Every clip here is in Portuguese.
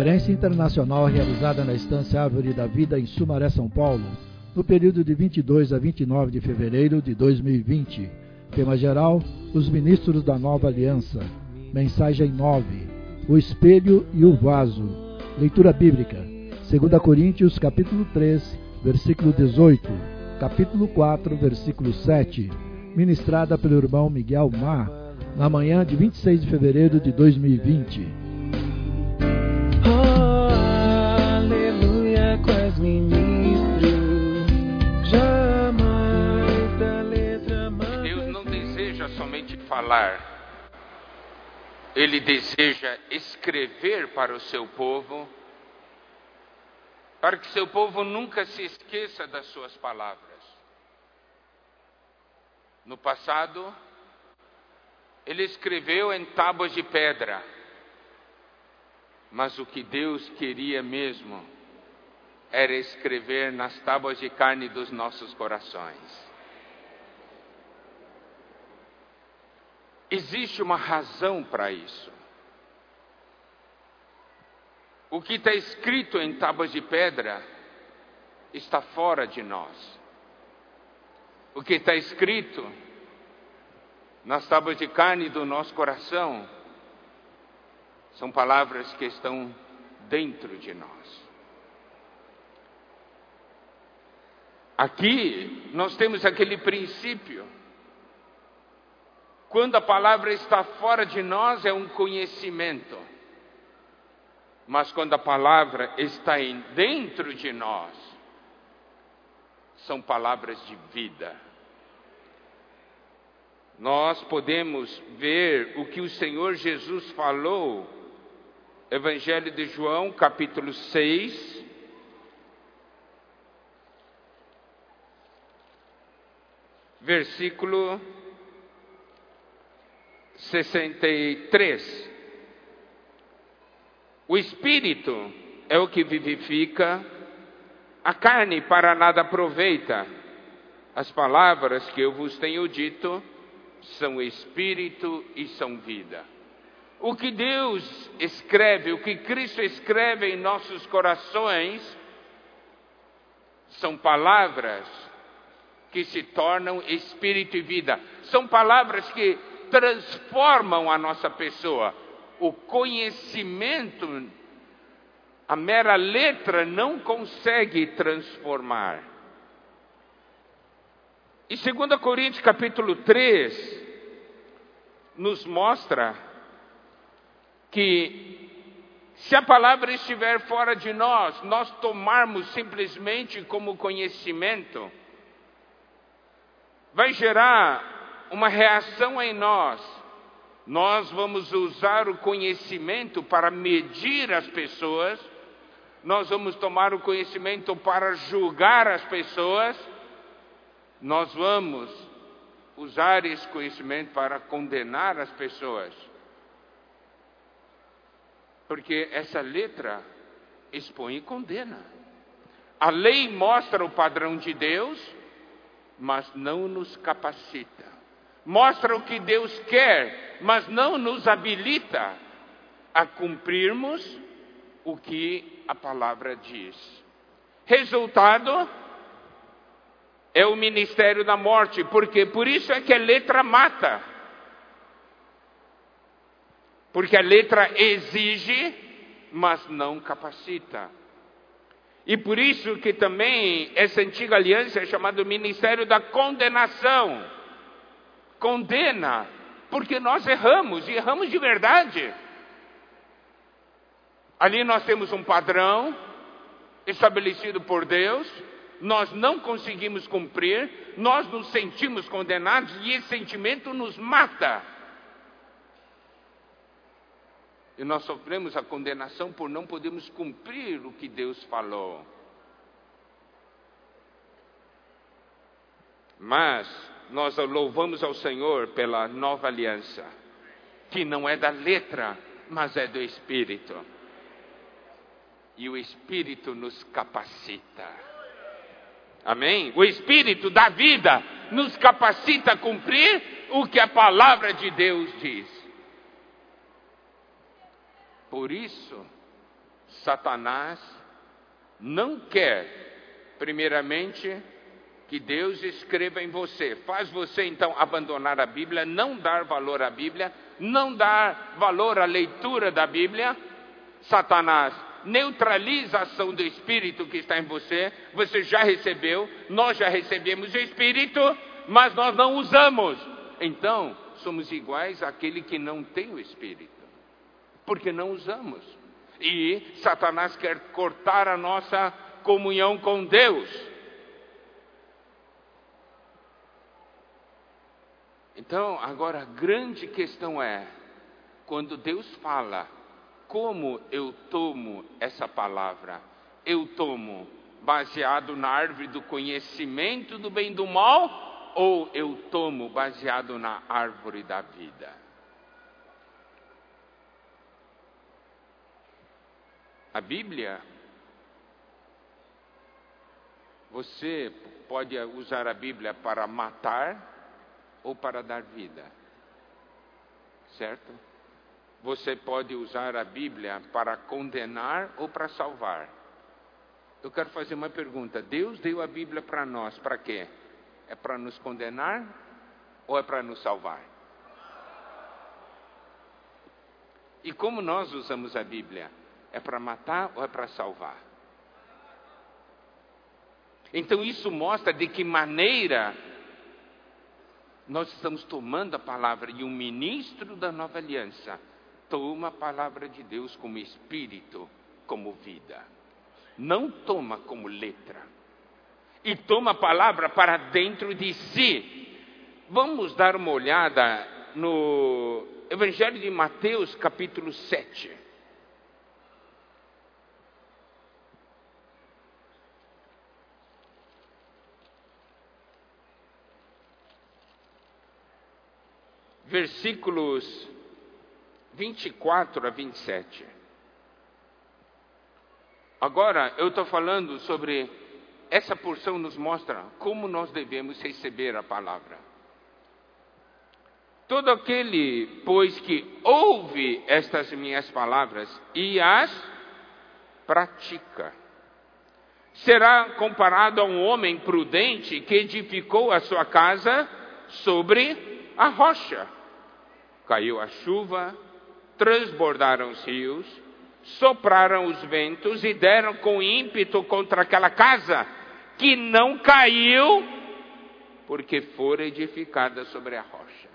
Conferência internacional realizada na Estância Árvore da Vida em Sumaré, São Paulo, no período de 22 a 29 de fevereiro de 2020. Tema geral: os ministros da nova aliança. Mensagem 9: o espelho e o vaso. Leitura bíblica: 2 Coríntios capítulo 3, versículo 18, capítulo 4, versículo 7, ministrada pelo irmão Miguel Mar, na manhã de 26 de fevereiro de 2020. Aleluia, quais ministros, jamais da letra mais. Deus não deseja somente falar, Ele deseja escrever para o seu povo, para que seu povo nunca se esqueça das suas palavras. No passado, Ele escreveu em tábuas de pedra, mas o que Deus queria mesmo era escrever nas tábuas de carne dos nossos corações. Existe uma razão para isso. O que está escrito em tábuas de pedra está fora de nós. O que está escrito nas tábuas de carne do nosso coração são palavras que estão dentro de nós. Aqui nós temos aquele princípio. Quando a palavra está fora de nós é um conhecimento. Mas quando a palavra está dentro de nós, são palavras de vida. Nós podemos ver o que o Senhor Jesus falou, Evangelho de João, capítulo 6, versículo 63. O Espírito é o que vivifica, a carne para nada aproveita. As palavras que eu vos tenho dito são Espírito e são vida. O que Deus escreve, o que Cristo escreve em nossos corações, são palavras que se tornam Espírito e vida. São palavras que transformam a nossa pessoa. O conhecimento, a mera letra não consegue transformar. E 2 Coríntios capítulo 3 nos mostra que se a palavra estiver fora de nós, nós tomarmos simplesmente como conhecimento, vai gerar uma reação em nós. Nós vamos usar o conhecimento para medir as pessoas, nós vamos tomar o conhecimento para julgar as pessoas, nós vamos usar esse conhecimento para condenar as pessoas. Porque essa letra expõe e condena. A lei mostra o padrão de Deus, mas não nos capacita. Mostra o que Deus quer, mas não nos habilita a cumprirmos o que a palavra diz. Resultado é o ministério da morte, porque por isso é que a letra mata. Porque a letra exige, mas não capacita. E por isso que também essa antiga aliança é chamada ministério da condenação. Condena, porque nós erramos, e erramos de verdade. Ali nós temos um padrão estabelecido por Deus, nós não conseguimos cumprir, nós nos sentimos condenados e esse sentimento nos mata. E nós sofremos a condenação por não podermos cumprir o que Deus falou. Mas nós louvamos ao Senhor pela nova aliança, que não é da letra, mas é do Espírito. E o Espírito nos capacita. Amém? O Espírito da vida nos capacita a cumprir o que a palavra de Deus diz. Por isso, Satanás não quer, primeiramente, que Deus escreva em você. Faz você, então, abandonar a Bíblia, não dar valor à Bíblia, não dar valor à leitura da Bíblia. Satanás neutraliza a ação do Espírito que está em você. Você já recebeu, nós já recebemos o Espírito, mas nós não usamos. Então, somos iguais àquele que não tem o Espírito, porque não usamos. E Satanás quer cortar a nossa comunhão com Deus. Então, agora a grande questão é, quando Deus fala, como eu tomo essa palavra? Eu tomo baseado na árvore do conhecimento do bem e do mal, ou eu tomo baseado na árvore da vida? A Bíblia, você pode usar a Bíblia para matar ou para dar vida, certo? Você pode usar a Bíblia para condenar ou para salvar. Eu quero fazer uma pergunta. Deus deu a Bíblia para nós, para quê? É para nos condenar ou é para nos salvar? E como nós usamos a Bíblia? É para matar ou é para salvar? Então isso mostra de que maneira nós estamos tomando a palavra. E um ministro da nova aliança toma a palavra de Deus como espírito, como vida. Não toma como letra. E toma a palavra para dentro de si. Vamos dar uma olhada no Evangelho de Mateus, capítulo 7. Versículos 24 a 27. Agora, eu estou falando sobre, essa porção nos mostra como nós devemos receber a palavra. Todo aquele, pois, que ouve estas minhas palavras e as pratica, será comparado a um homem prudente que edificou a sua casa sobre a rocha. Caiu a chuva, transbordaram os rios, sopraram os ventos e deram com ímpeto contra aquela casa, que não caiu, porque fora edificada sobre a rocha.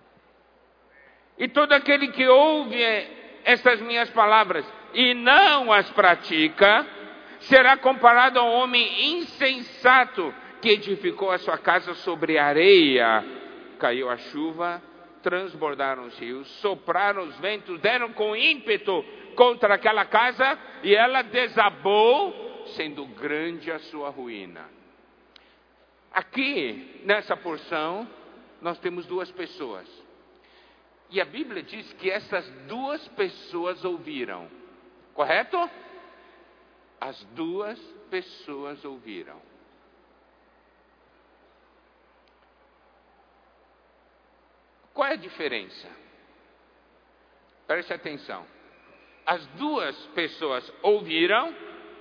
E todo aquele que ouve estas minhas palavras e não as pratica, será comparado a um homem insensato que edificou a sua casa sobre areia. Caiu a chuva, transbordaram os rios, sopraram os ventos, deram com ímpeto contra aquela casa e ela desabou, sendo grande a sua ruína. Aqui, nessa porção, nós temos duas pessoas. E a Bíblia diz que essas duas pessoas ouviram. Correto? As duas pessoas ouviram. Qual é a diferença? Preste atenção. As duas pessoas ouviram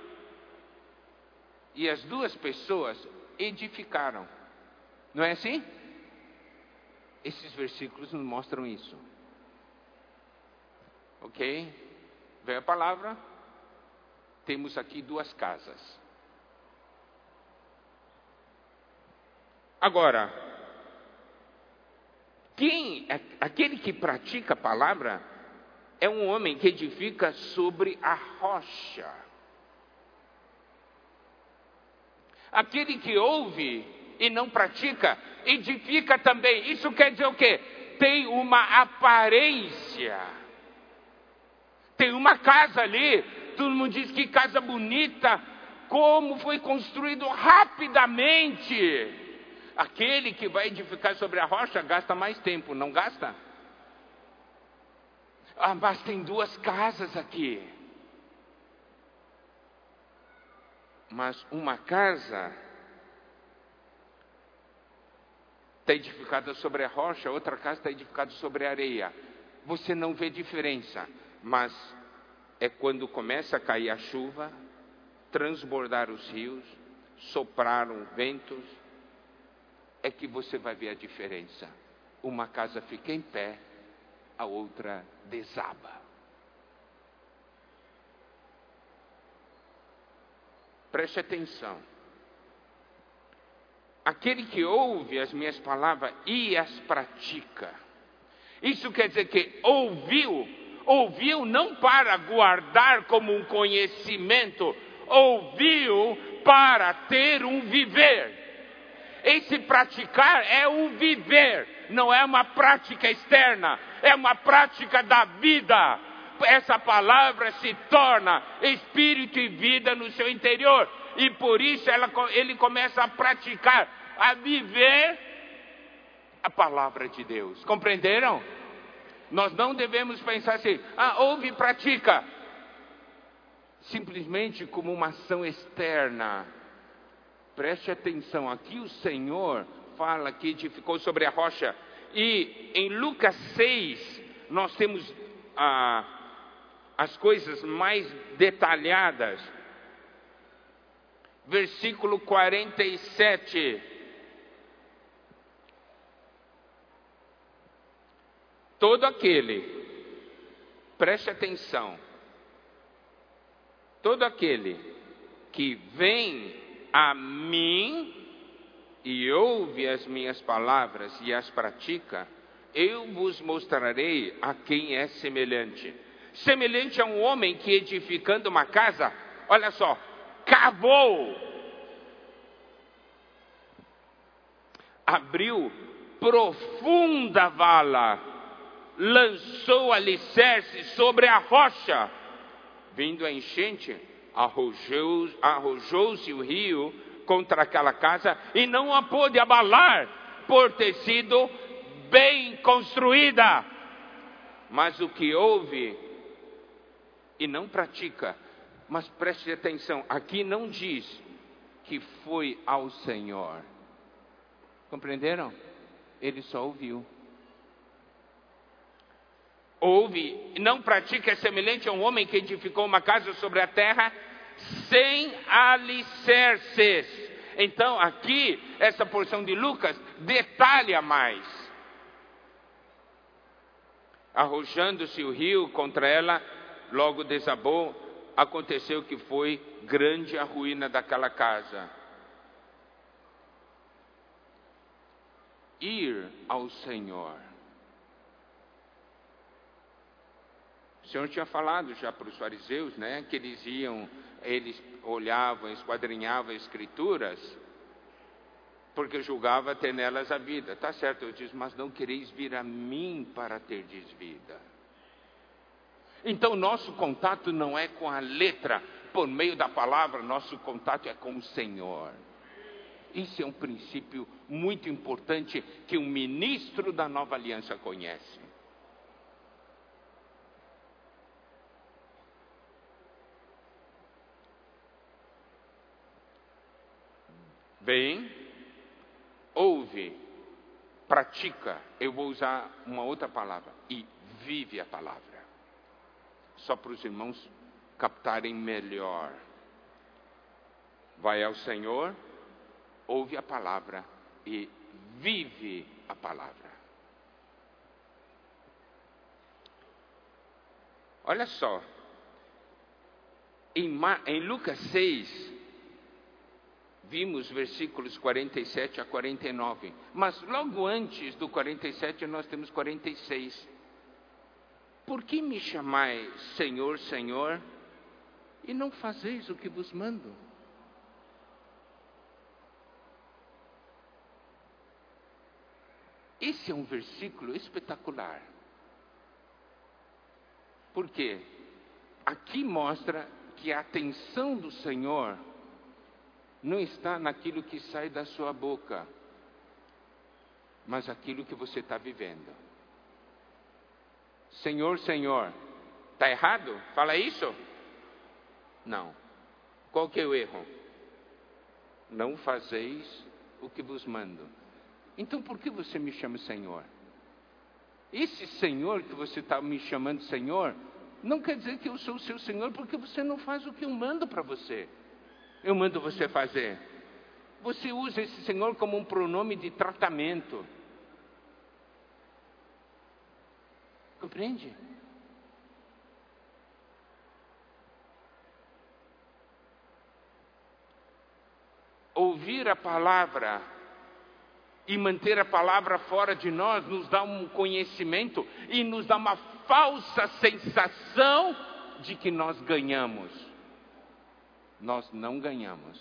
e as duas pessoas edificaram. Não é assim? Esses versículos nos mostram isso. Ok? Veio a palavra. Temos aqui duas casas. Agora, aquele que pratica a palavra é um homem que edifica sobre a rocha. Aquele que ouve e não pratica, edifica também. Isso quer dizer o quê? Tem uma aparência. Tem uma casa ali, todo mundo diz que casa bonita, como foi construído rapidamente. Aquele que vai edificar sobre a rocha gasta mais tempo, não gasta? Ah, mas tem duas casas aqui. Mas uma casa está edificada sobre a rocha, outra casa está edificada sobre a areia. Você não vê diferença, mas é quando começa a cair a chuva, transbordar os rios, soprar ventos, é que você vai ver a diferença. Uma casa fica em pé, a outra desaba. Preste atenção. Aquele que ouve as minhas palavras e as pratica. Isso quer dizer que ouviu não para guardar como um conhecimento, ouviu para ter um viver. Esse praticar é o viver, não é uma prática externa, é uma prática da vida. Essa palavra se torna espírito e vida no seu interior. E por isso ele começa a praticar, a viver a palavra de Deus. Compreenderam? Nós não devemos pensar assim, ouve e pratica. Simplesmente como uma ação externa. Preste atenção, aqui o Senhor fala que edificou sobre a rocha. E em Lucas 6, nós temos as coisas mais detalhadas. Versículo 47. Todo aquele, preste atenção, todo aquele que vem a mim e ouve as minhas palavras e as pratica, eu vos mostrarei a quem é semelhante. Semelhante a um homem que, edificando uma casa, olha só, cavou, abriu profunda vala, lançou alicerce sobre a rocha. Vindo a enchente, arrojou-se o rio contra aquela casa e não a pôde abalar, por ter sido bem construída. Mas o que ouve e não pratica, mas preste atenção, aqui não diz que foi ao Senhor. Compreenderam? Ele só ouviu. Ouve e não pratica, é semelhante a um homem que edificou uma casa sobre a terra sem alicerces. Então aqui, essa porção de Lucas detalha mais. Arrojando-se o rio contra ela, logo desabou. Aconteceu que foi grande a ruína daquela casa. Ir ao Senhor. O Senhor tinha falado já para os fariseus, né, que eles olhavam, esquadrinhavam as escrituras, porque julgava ter nelas a vida. Tá certo, eu disse, mas não quereis vir a mim para terdes vida. Então nosso contato não é com a letra, por meio da palavra, nosso contato é com o Senhor. Isso é um princípio muito importante que um ministro da Nova Aliança conhece. Vem, ouve, pratica, eu vou usar uma outra palavra, e vive a palavra. Só para os irmãos captarem melhor. Vai ao Senhor, ouve a palavra e vive a palavra. Olha só, em Lucas 6, vimos versículos 47 a 49, mas logo antes do 47 nós temos 46. Por que me chamais Senhor, Senhor, e não fazeis o que vos mando? Esse é um versículo espetacular. Por quê? Aqui mostra que a atenção do Senhor não está naquilo que sai da sua boca, mas aquilo que você está vivendo. Senhor, Senhor, está errado? Fala isso? Não. Qual que é o erro? Não fazeis o que vos mando. Então por que você me chama Senhor? Esse Senhor que você está me chamando Senhor, Não quer dizer que eu sou o seu Senhor, porque você não faz o que eu mando para você. Eu mando você fazer. Você usa esse Senhor como um pronome de tratamento. Compreende? Ouvir a palavra e manter a palavra fora de nós nos dá um conhecimento e nos dá uma falsa sensação de que nós ganhamos. Nós não ganhamos.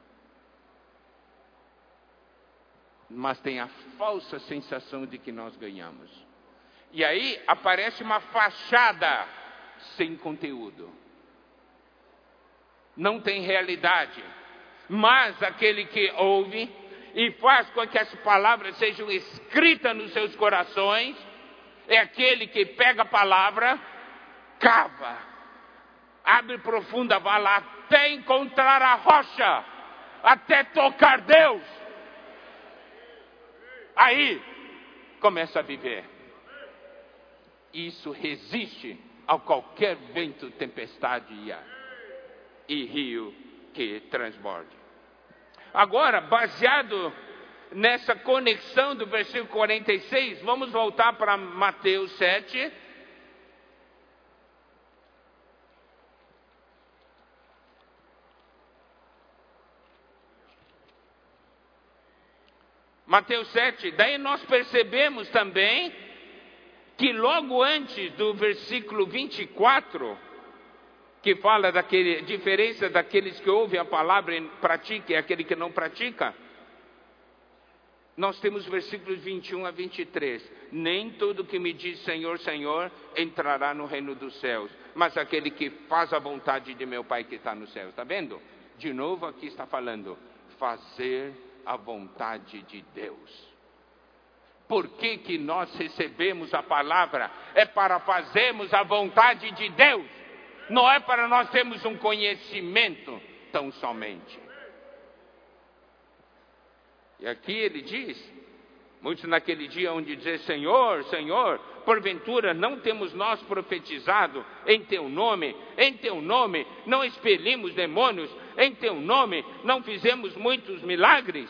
Mas tem a falsa sensação de que nós ganhamos. E aí aparece uma fachada sem conteúdo. Não tem realidade. Mas aquele que ouve e faz com que as palavras sejam escritas nos seus corações, é aquele que pega a palavra, cava, abre profunda vala até encontrar a rocha, até tocar Deus. Aí começa a viver. Isso resiste a qualquer vento, tempestade e rio que transborde. Agora, baseado nessa conexão do versículo 46, vamos voltar para Mateus 7. Mateus 7, daí nós percebemos também que logo antes do versículo 24, que fala da diferença daqueles que ouvem a palavra e praticam e aquele que não pratica, nós temos versículos 21 a 23. Nem todo que me diz Senhor, Senhor, entrará no reino dos céus, mas aquele que faz a vontade de meu Pai que está nos céus. Está vendo? De novo aqui está falando, fazer a vontade de Deus. Por que nós recebemos a palavra? É para fazermos a vontade de Deus. Não é para nós termos um conhecimento tão somente. E aqui ele diz, muitos naquele dia onde dizer Senhor, Senhor, porventura não temos nós profetizado em teu nome não expelimos demônios, em teu nome não fizemos muitos milagres?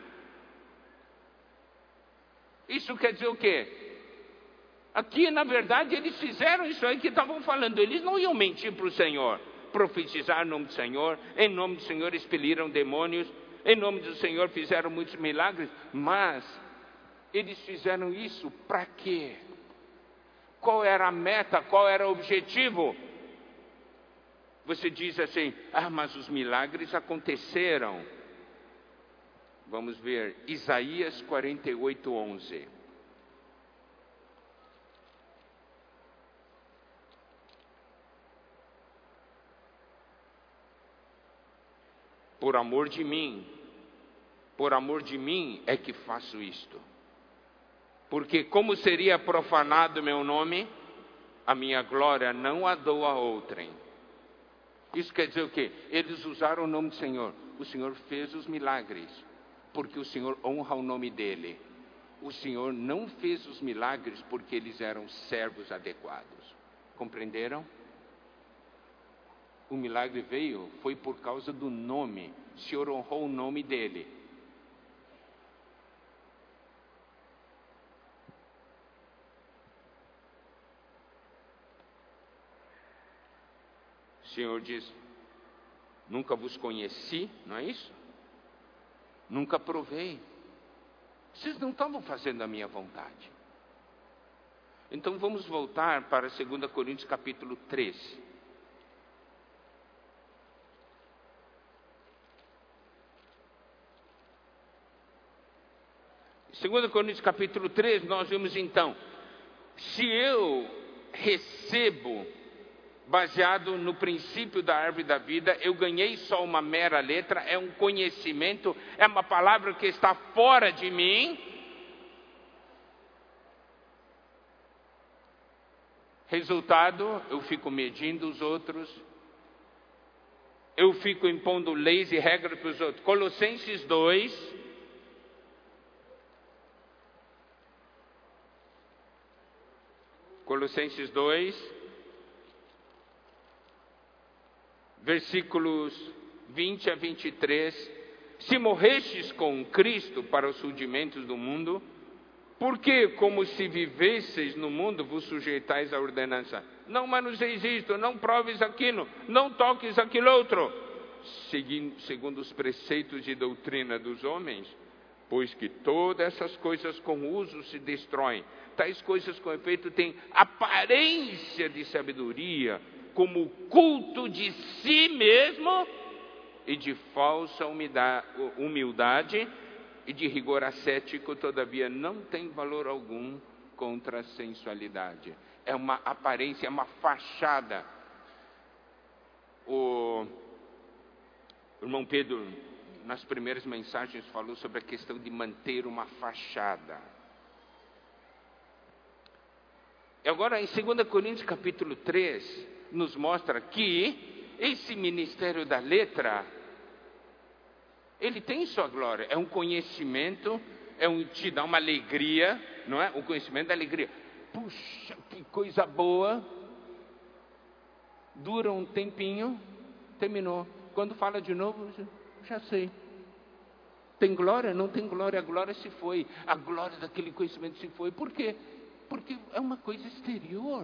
Isso quer dizer o quê? Aqui, na verdade, eles fizeram isso aí que estavam falando. Eles não iam mentir para o Senhor. Profetizar em nome do Senhor. Em nome do Senhor expeliram demônios. Em nome do Senhor fizeram muitos milagres. Mas eles fizeram isso para quê? Qual era a meta? Qual era o objetivo? Você diz assim, mas os milagres aconteceram. Vamos ver, Isaías 48, 11. Por amor de mim é que faço isto. Porque como seria profanado meu nome, a minha glória não a dou a outrem. Isso quer dizer o quê? Eles usaram o nome do Senhor. O Senhor fez os milagres, porque o Senhor honra o nome dele. O Senhor não fez os milagres porque eles eram servos adequados. Compreenderam? O milagre foi por causa do nome. O Senhor honrou o nome dele. O Senhor diz, nunca vos conheci, não é isso? Nunca provei. Vocês não estavam fazendo a minha vontade. Então vamos voltar para 2 Coríntios capítulo 3. 2 Coríntios capítulo 3, nós vemos então, se eu recebo, baseado no princípio da árvore da vida, eu ganhei só uma mera letra, é um conhecimento, é uma palavra que está fora de mim. Resultado, eu fico medindo os outros, eu fico impondo leis e regras para os outros. Colossenses 2, Colossenses 2, versículos 20 a 23. Se morrestes com Cristo para os rudimentos do mundo, por que, como se vivesseis no mundo, vos sujeitais à ordenança? Não manuseis isto, não proves aquilo, não toques aquilo outro, segundo os preceitos de doutrina dos homens, pois que todas essas coisas com uso se destroem. Tais coisas com efeito têm aparência de sabedoria, como culto de si mesmo e de falsa humildade e de rigor ascético, todavia não tem valor algum contra a sensualidade. É uma aparência, é uma fachada. O irmão Pedro, nas primeiras mensagens, falou sobre a questão de manter uma fachada. E agora, em 2 Coríntios capítulo 3, nos mostra que esse ministério da letra, ele tem sua glória. É um conhecimento, te dá uma alegria, não é? O conhecimento da alegria. Puxa, que coisa boa. Dura um tempinho, terminou. Quando fala de novo, já sei. Tem glória? Não tem glória. A glória se foi. A glória daquele conhecimento se foi. Por quê? Porque é uma coisa exterior.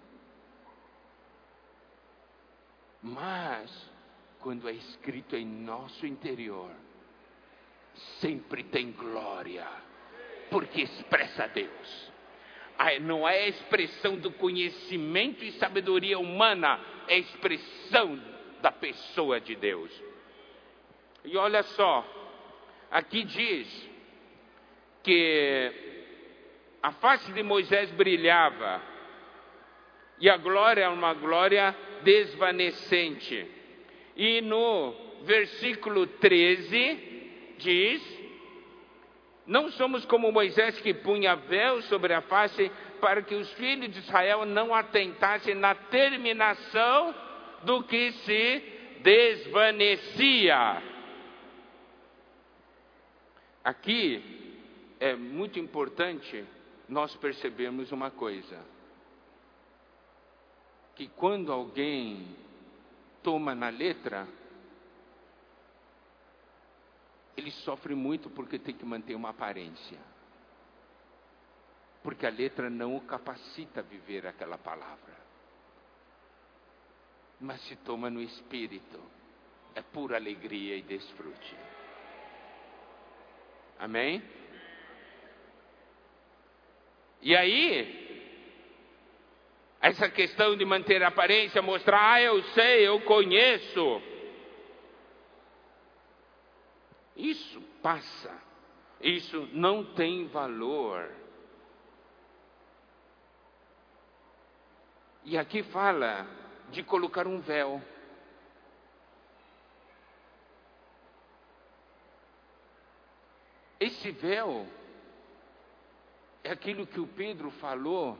Mas, quando é escrito em nosso interior, sempre tem glória, porque expressa Deus. Não é a expressão do conhecimento e sabedoria humana, é a expressão da pessoa de Deus. E olha só, aqui diz que a face de Moisés brilhava, e a glória é uma glória desvanecente. E no versículo 13 diz: não somos como Moisés, que punha véu sobre a face, para que os filhos de Israel não atentassem na terminação do que se desvanecia. Aqui é muito importante nós percebermos uma coisa, que quando alguém toma na letra, ele sofre muito porque tem que manter uma aparência. Porque a letra não o capacita a viver aquela palavra. Mas se toma no espírito, é pura alegria e desfrute. Amém? E aí, essa questão de manter a aparência, mostrar, eu sei, eu conheço. Isso passa. Isso não tem valor. E aqui fala de colocar um véu. Esse véu é aquilo que o Pedro falou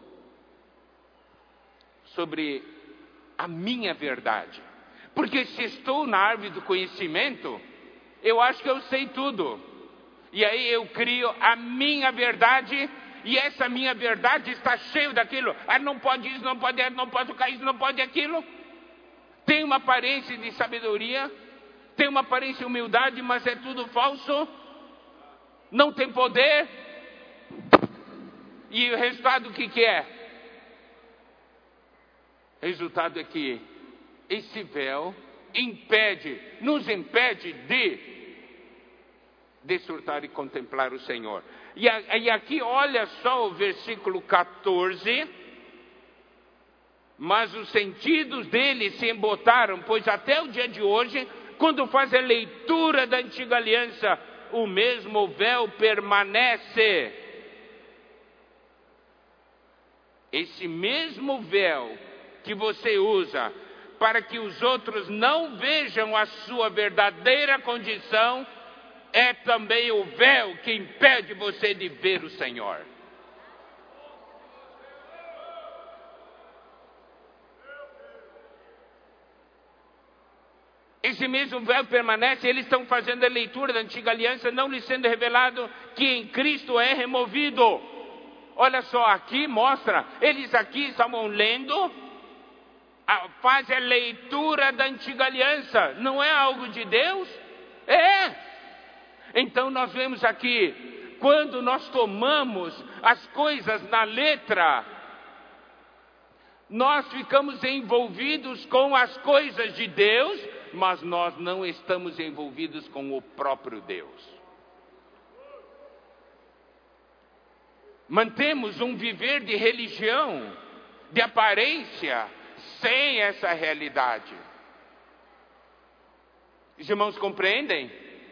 sobre a minha verdade. Porque se estou na árvore do conhecimento, eu acho que eu sei tudo. E aí eu crio a minha verdade, e essa minha verdade está cheia daquilo. Não pode isso, não pode, não pode tocar isso, não pode aquilo. Tem uma aparência de sabedoria, tem uma aparência de humildade, mas é tudo falso. Não tem poder. E o resultado o que é? O resultado é que esse véu nos impede de desfrutar e contemplar o Senhor. E aqui olha só o versículo 14. Mas os sentidos dele se embotaram, pois até o dia de hoje, quando faz a leitura da antiga aliança, o mesmo véu permanece. Esse mesmo véu que você usa para que os outros não vejam a sua verdadeira condição, é também o véu que impede você de ver o Senhor. Esse mesmo véu permanece. Eles estão fazendo a leitura da antiga aliança, não lhes sendo revelado que em Cristo é removido. Olha só, aqui mostra, eles aqui estavam lendo faz a leitura da antiga aliança. Não é algo de Deus? É. Então nós vemos aqui, quando nós tomamos as coisas na letra, nós ficamos envolvidos com as coisas de Deus, mas nós não estamos envolvidos com o próprio Deus. Mantemos um viver de religião, de aparência, sem essa realidade. Os irmãos compreendem?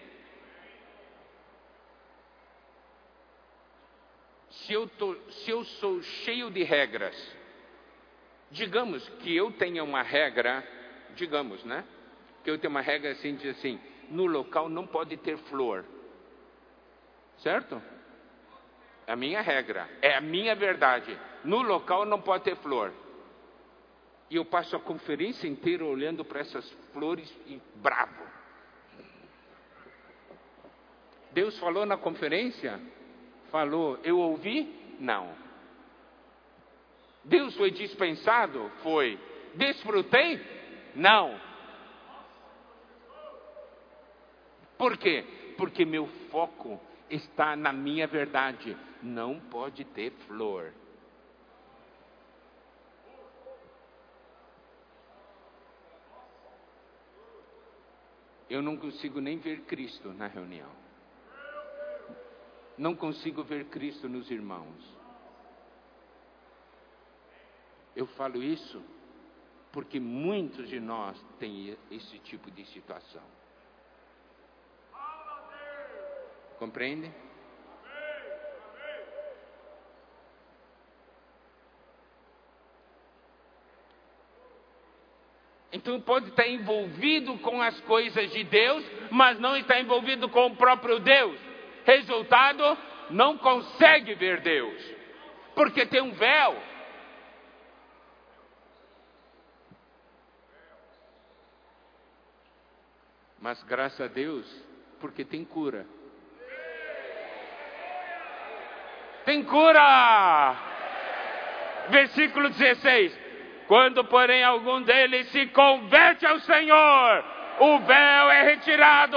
Se eu sou cheio de regras, digamos que eu tenha uma regra, digamos, né? Que eu tenho uma regra assim, diz assim, no local não pode ter flor. Certo? É a minha regra, é a minha verdade. No local não pode ter flor. E eu passo a conferência inteira olhando para essas flores e bravo. Deus falou na conferência? Falou. Eu ouvi? Não. Deus foi dispensado? Foi. Desfrutei? Não. Por quê? Porque meu foco está na minha verdade. Não pode ter flor. Eu não consigo nem ver Cristo na reunião. Não consigo ver Cristo nos irmãos. Eu falo isso porque muitos de nós têm esse tipo de situação. Compreende? Então pode estar envolvido com as coisas de Deus, mas não está envolvido com o próprio Deus. Resultado, não consegue ver Deus, porque tem um véu. Mas graças a Deus, porque tem cura. Tem cura! Versículo 16. Quando, porém, algum deles se converte ao Senhor, o véu é retirado.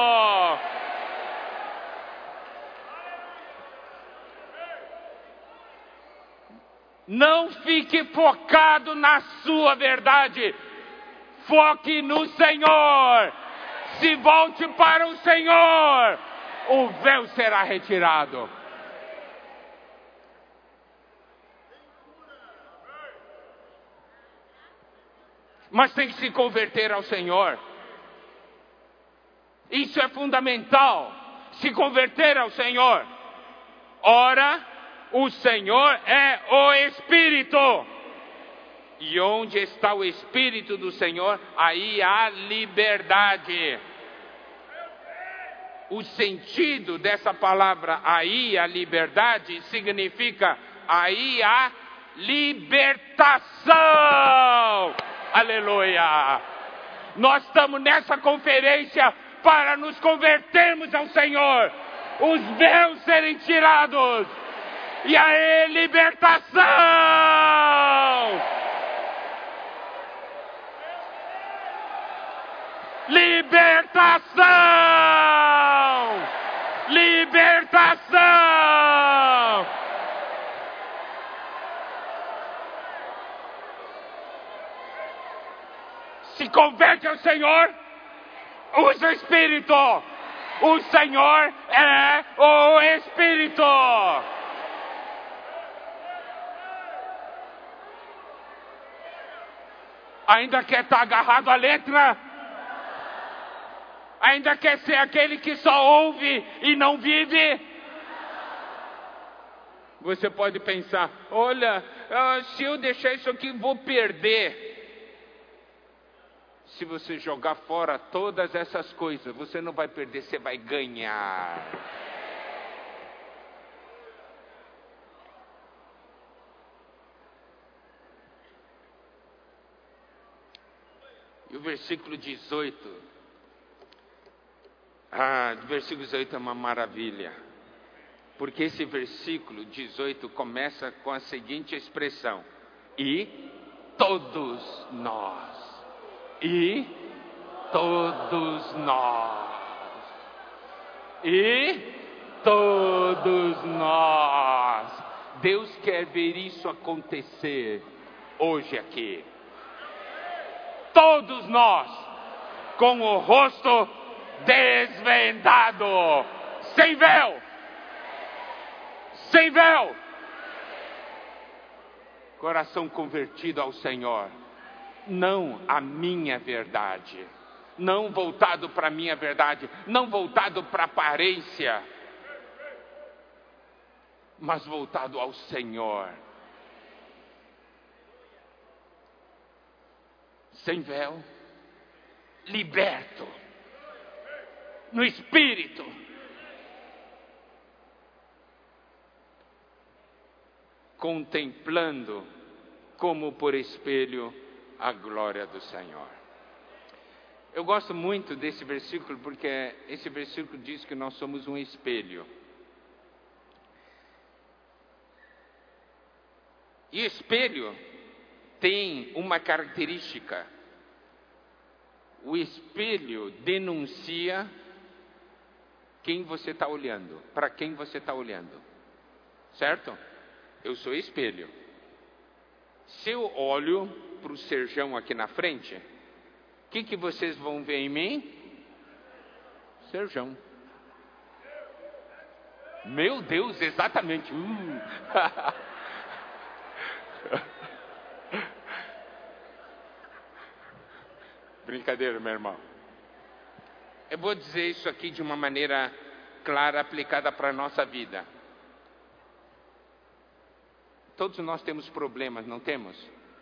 Não fique focado na sua verdade. Foque no Senhor. Se volte para o Senhor, o véu será retirado. Mas tem que se converter ao Senhor. Isso é fundamental. Se converter ao Senhor. Ora, o Senhor é o Espírito. E onde está o Espírito do Senhor, aí há liberdade. O sentido dessa palavra aí, a liberdade, significa aí há libertação. Aleluia! Nós estamos nessa conferência para nos convertermos ao Senhor, os véus serem tirados, e aí libertação! Libertação! Libertação! Se converte ao Senhor, usa o Espírito. O Senhor é o Espírito. Ainda quer estar agarrado à letra? Ainda quer ser aquele que só ouve e não vive? Você pode pensar, olha, se eu deixar isso aqui, vou perder. Se você jogar fora todas essas coisas, você não vai perder, você vai ganhar. E o versículo 18. O versículo 18 é uma maravilha. Porque esse versículo 18 começa com a seguinte expressão. E todos nós. E todos nós. E todos nós. Deus quer ver isso acontecer hoje aqui. Todos nós, com o rosto desvendado, sem véu. Sem véu. Coração convertido ao Senhor. Não a minha verdade. Não voltado para a minha verdade. Não voltado para a aparência. Mas voltado ao Senhor. Sem véu. Liberto. No Espírito. Contemplando como por espelho a glória do Senhor. Eu gosto muito desse versículo porque esse versículo diz que nós somos um espelho. E espelho tem uma característica. O espelho denuncia quem você está olhando, para quem você está olhando. Certo? Eu sou espelho. Se eu olho para o Serjão aqui na frente, o que vocês vão ver em mim? Serjão. Meu Deus, exatamente. Brincadeira, meu irmão. Eu vou dizer isso aqui de uma maneira clara, aplicada para a nossa vida. Todos nós temos problemas, não temos?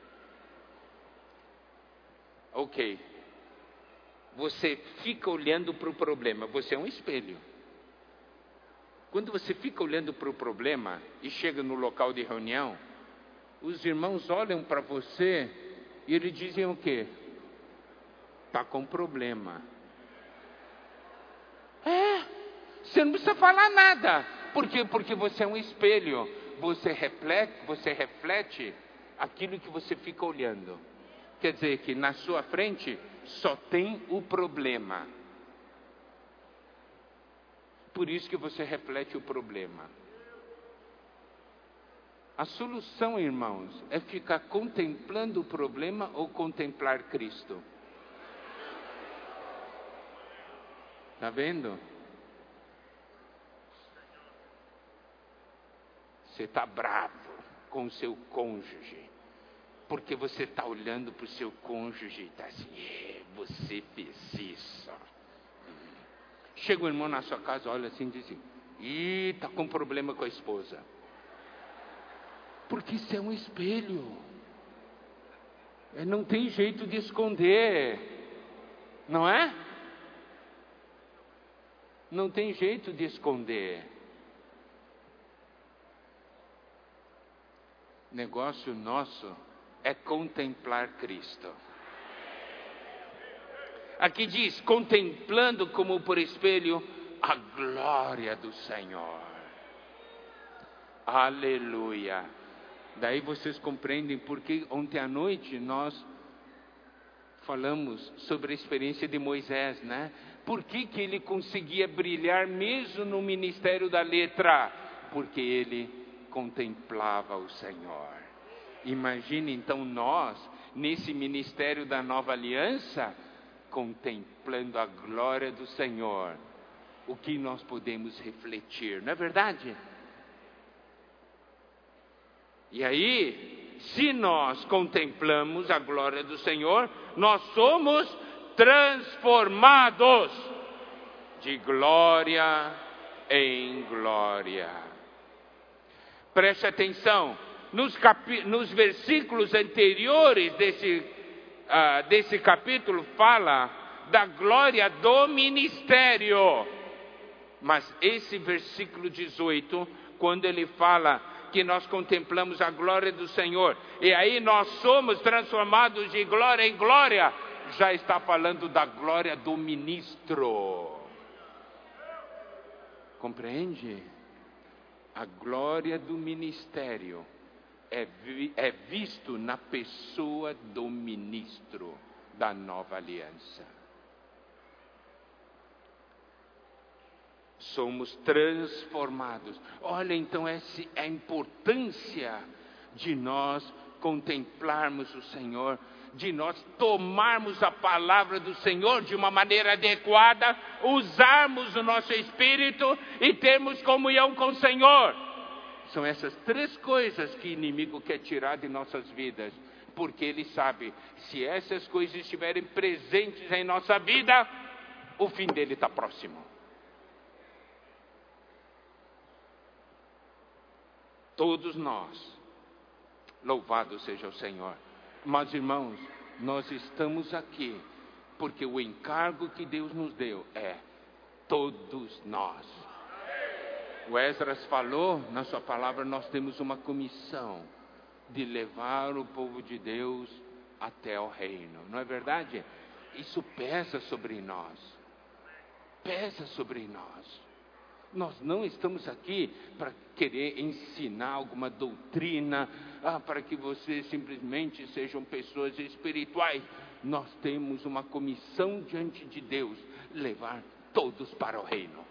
Ok. Você fica olhando para o problema, você é um espelho. Quando você fica olhando para o problema e chega no local de reunião, os irmãos olham para você e eles dizem o quê? Está com problema. Você não precisa falar nada. Por quê? Porque você é um espelho. Você reflete aquilo que você fica olhando. Quer dizer que na sua frente só tem o problema. Por isso que você reflete o problema. A solução, irmãos, é ficar contemplando o problema ou contemplar Cristo. Está vendo? Você está bravo com o seu cônjuge, porque você está olhando para o seu cônjuge e está assim, você fez isso. Chega o irmão na sua casa, olha assim e diz assim, está com problema com a esposa. Porque isso é um espelho. Não tem jeito de esconder. Não é? Não tem jeito de esconder. Negócio nosso é contemplar Cristo. Aqui diz, contemplando como por espelho a glória do Senhor. Aleluia. Daí vocês compreendem porque ontem à noite nós falamos sobre a experiência de Moisés, né? Por que ele conseguia brilhar mesmo no ministério da letra? Porque ele contemplava o Senhor. Imagine então nós, nesse ministério da nova aliança, contemplando a glória do Senhor, o que nós podemos refletir, não é verdade? E aí, se nós contemplamos a glória do Senhor, nós somos transformados de glória em glória. Preste atenção, nos versículos anteriores desse capítulo fala da glória do ministério. Mas esse versículo 18, quando ele fala que nós contemplamos a glória do Senhor, e aí nós somos transformados de glória em glória, já está falando da glória do ministro. Compreende? A glória do ministério é visto na pessoa do ministro da nova aliança. Somos transformados. Olha, então, essa é a importância de nós contemplarmos o Senhor, de nós tomarmos a palavra do Senhor de uma maneira adequada, usarmos o nosso espírito e termos comunhão com o Senhor. São essas três coisas que o inimigo quer tirar de nossas vidas, porque ele sabe, se essas coisas estiverem presentes em nossa vida, o fim dele está próximo. Todos nós, louvado seja o Senhor. Mas, irmãos, nós estamos aqui porque o encargo que Deus nos deu é todos nós. O Esdras falou na sua palavra, nós temos uma comissão de levar o povo de Deus até o reino. Não é verdade? Isso pesa sobre nós. Pesa sobre nós. Nós não estamos aqui para querer ensinar alguma doutrina, para que vocês simplesmente sejam pessoas espirituais. Nós temos uma comissão diante de Deus, levar todos para o reino.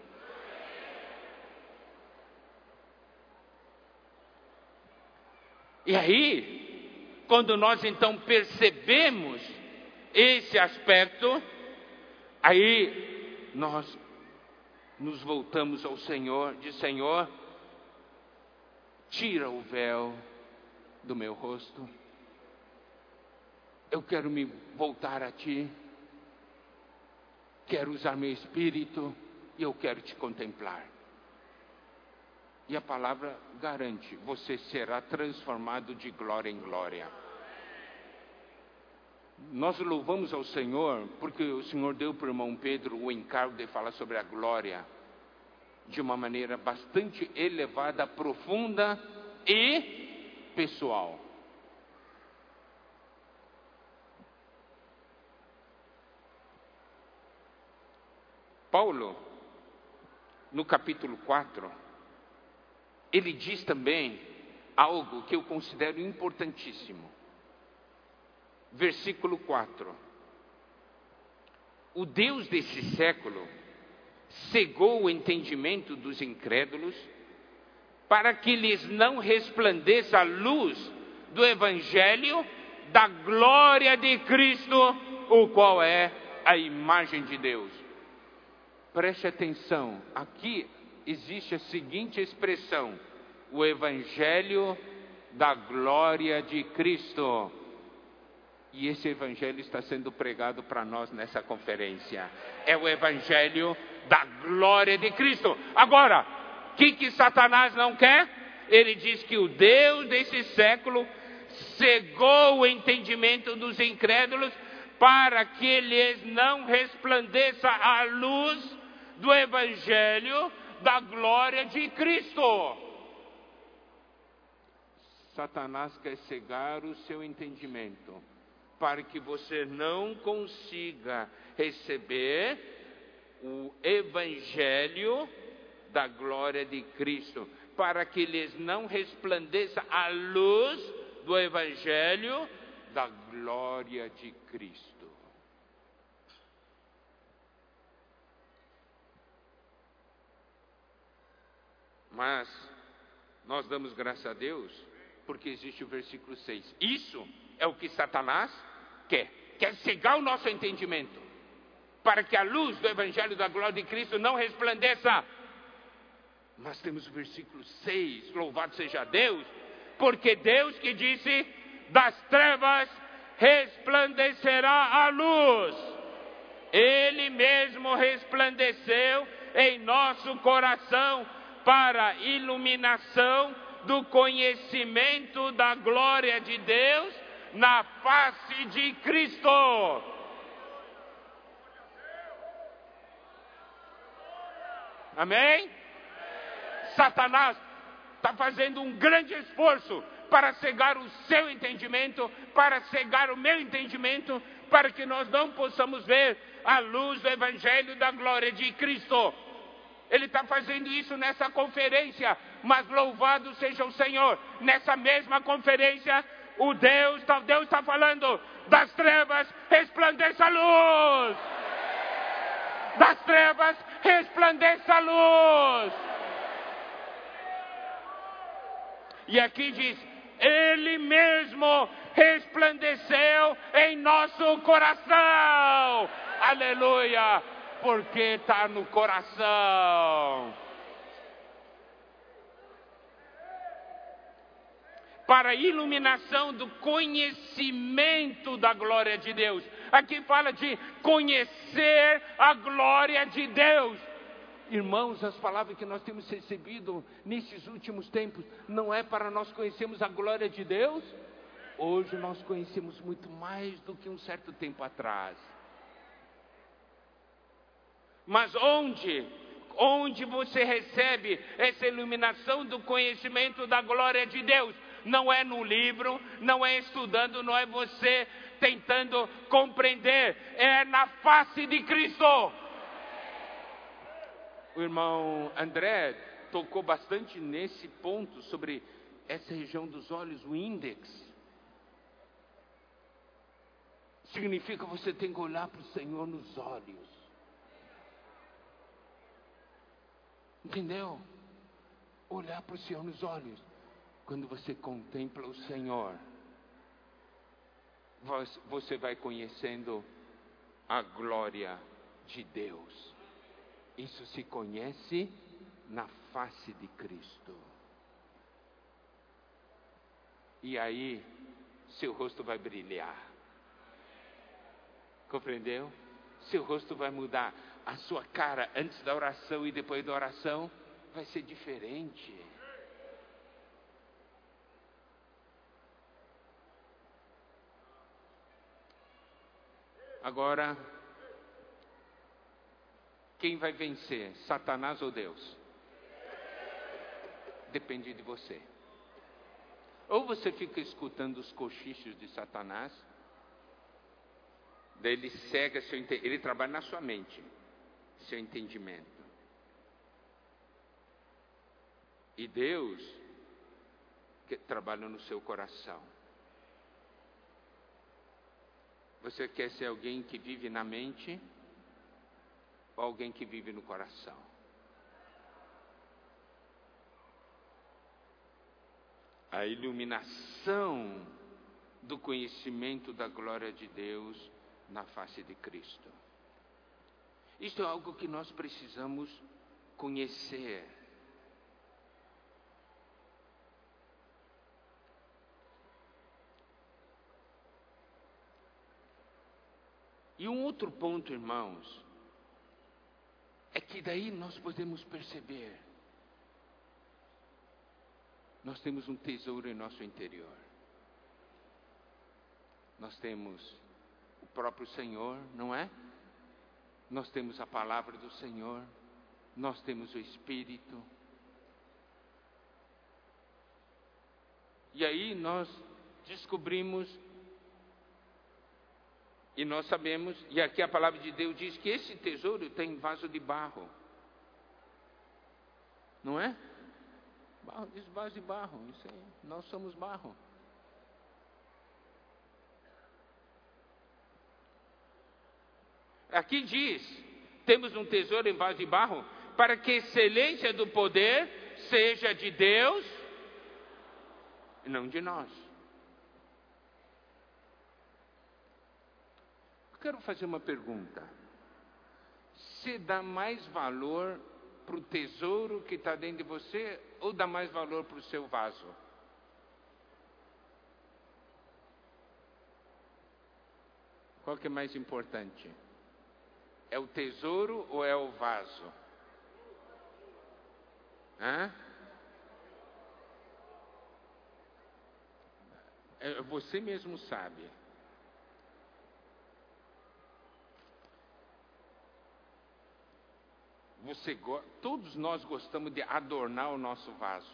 E aí, quando nós então percebemos esse aspecto, aí nós nos voltamos ao Senhor, diz: Senhor, tira o véu do meu rosto, eu quero me voltar a Ti, quero usar meu espírito e eu quero Te contemplar. E a palavra garante, você será transformado de glória em glória. Nós louvamos ao Senhor, porque o Senhor deu para o irmão Pedro o encargo de falar sobre a glória, de uma maneira bastante elevada, profunda e pessoal. Paulo, no capítulo 4, ele diz também algo que eu considero importantíssimo. Versículo 4. O Deus desse século cegou o entendimento dos incrédulos, para que lhes não resplandeça a luz do Evangelho da glória de Cristo, o qual é a imagem de Deus. Preste atenção, aqui existe a seguinte expressão: o Evangelho da glória de Cristo. E esse evangelho está sendo pregado para nós nessa conferência. É o evangelho da glória de Cristo. Agora, o que Satanás não quer? Ele diz que o Deus desse século cegou o entendimento dos incrédulos, para que eles não resplandeça a luz do evangelho da glória de Cristo. Satanás quer cegar o seu entendimento, para que você não consiga receber o Evangelho da glória de Cristo, para que lhes não resplandeça a luz do Evangelho da glória de Cristo. Mas nós damos graças a Deus, porque existe o versículo 6. Isso é o que Satanás quer cegar o nosso entendimento, para que a luz do Evangelho da glória de Cristo não resplandeça. Mas temos o versículo 6, louvado seja Deus, porque Deus que disse: das trevas resplandecerá a luz. Ele mesmo resplandeceu em nosso coração para a iluminação do conhecimento da glória de Deus na face de Cristo. Amém? Satanás está fazendo um grande esforço para cegar o seu entendimento, para cegar o meu entendimento, para que nós não possamos ver a luz do Evangelho da glória de Cristo. Ele está fazendo isso nessa conferência, mas louvado seja o Senhor. Nessa mesma conferência, Deus está falando, das trevas resplandeça a luz. Das trevas resplandeça a luz. E aqui diz, Ele mesmo resplandeceu em nosso coração. Aleluia, porque está no coração. Para a iluminação do conhecimento da glória de Deus. Aqui fala de conhecer a glória de Deus. Irmãos, as palavras que nós temos recebido nesses últimos tempos, não é para nós conhecermos a glória de Deus? Hoje nós conhecemos muito mais do que um certo tempo atrás. Mas onde você recebe essa iluminação do conhecimento da glória de Deus? Não é no livro, não é estudando, não é você tentando compreender, é na face de Cristo. O irmão André tocou bastante nesse ponto sobre essa região dos olhos, o índex. Significa que você tem que olhar para o Senhor nos olhos. Entendeu? Olhar para o Senhor nos olhos. Quando você contempla o Senhor, você vai conhecendo a glória de Deus. Isso se conhece na face de Cristo. E aí, seu rosto vai brilhar. Compreendeu? Seu rosto vai mudar. A sua cara antes da oração e depois da oração vai ser diferente. Agora, quem vai vencer? Satanás ou Deus? Depende de você. Ou você fica escutando os cochichos de Satanás, daí ele cega seu entendimento, ele trabalha na sua mente, seu entendimento. E Deus que trabalha no seu coração. Você quer ser alguém que vive na mente ou alguém que vive no coração? A iluminação do conhecimento da glória de Deus na face de Cristo. Isto é algo que nós precisamos conhecer. E um outro ponto, irmãos, é que daí nós podemos perceber, nós temos um tesouro em nosso interior. Nós temos o próprio Senhor, não é? Nós temos a palavra do Senhor, nós temos o Espírito. E aí nós descobrimos, e nós sabemos, e aqui a palavra de Deus diz que esse tesouro tem vaso de barro. Não é? Barro, diz vaso de barro, isso aí, nós somos barro. Aqui diz, temos um tesouro em vaso de barro, para que a excelência do poder seja de Deus e não de nós. Eu quero fazer uma pergunta. Você dá mais valor para o tesouro que está dentro de você ou dá mais valor para o seu vaso? Qual que é mais importante? É o tesouro ou é o vaso? Hã? Você mesmo sabe. Todos nós gostamos de adornar o nosso vaso,